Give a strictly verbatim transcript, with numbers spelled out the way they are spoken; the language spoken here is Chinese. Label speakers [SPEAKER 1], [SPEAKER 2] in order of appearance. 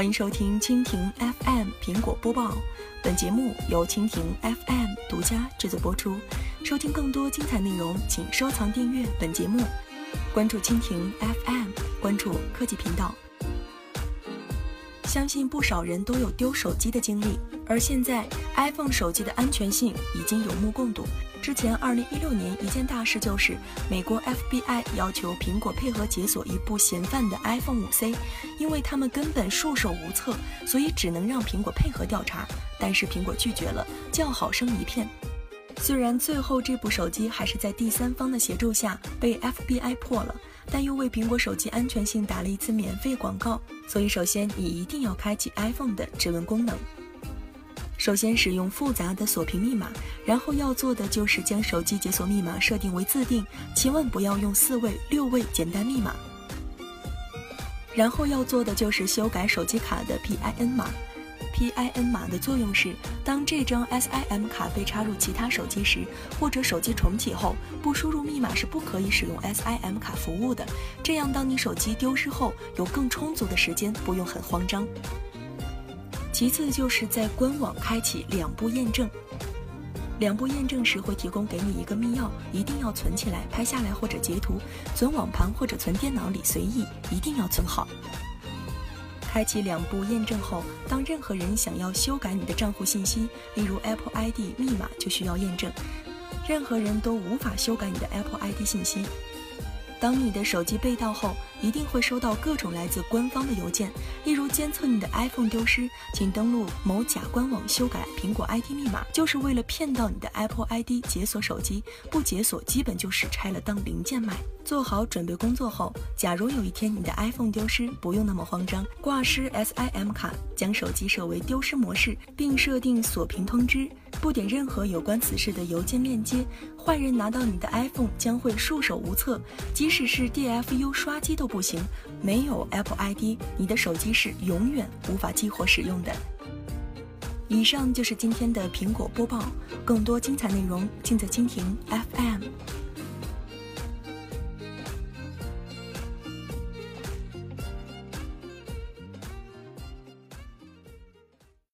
[SPEAKER 1] 欢迎收听蜻蜓 F M 苹果播报，本节目由蜻蜓 F M 独家制作播出。收听更多精彩内容，请收藏订阅本节目，关注蜻蜓 F M， 关注科技频道。相信不少人都有丢手机的经历，而现在 iPhone 手机的安全性已经有目共睹。之前二零一六年一件大事就是美国 F B I 要求苹果配合解锁一部嫌犯的 iPhone 五 C， 因为他们根本束手无策，所以只能让苹果配合调查，但是苹果拒绝了，叫好声一片。虽然最后这部手机还是在第三方的协助下被 F B I 破了，但又为苹果手机安全性打了一次免费广告，所以首先你一定要开启 iPhone 的指纹功能。首先使用复杂的锁屏密码，然后要做的就是将手机解锁密码设定为自定，千万不要用四位、六位简单密码。然后要做的就是修改手机卡的 P I N 码。P I N 码的作用是，当这张 S I M 卡被插入其他手机时，或者手机重启后，不输入密码是不可以使用 S I M 卡服务的。这样当你手机丢失后，有更充足的时间，不用很慌张。其次就是在官网开启两步验证。两步验证时会提供给你一个密钥，一定要存起来，拍下来或者截图，存网盘或者存电脑里随意，一定要存好。开启两步验证后，当任何人想要修改你的账户信息，例如 Apple I D 密码，就需要验证。任何人都无法修改你的 Apple I D 信息。当你的手机被盗后，一定会收到各种来自官方的邮件，例如监测你的 iPhone 丢失，请登录某甲官网修改苹果 I D 密码，就是为了骗到你的 Apple I D 解锁手机，不解锁基本就是拆了当零件卖。做好准备工作后，假如有一天你的 iPhone 丢失，不用那么慌张，挂失 S I M 卡，将手机设为丢失模式，并设定锁屏通知，不点任何有关此事的邮件链接，坏人拿到你的 iPhone 将会束手无策，即使是 D F U 刷机都不行，没有 Apple I D， 你的手机是永远无法激活使用的。以上就是今天的苹果播报，更多精彩内容尽在蜻蜓 F M。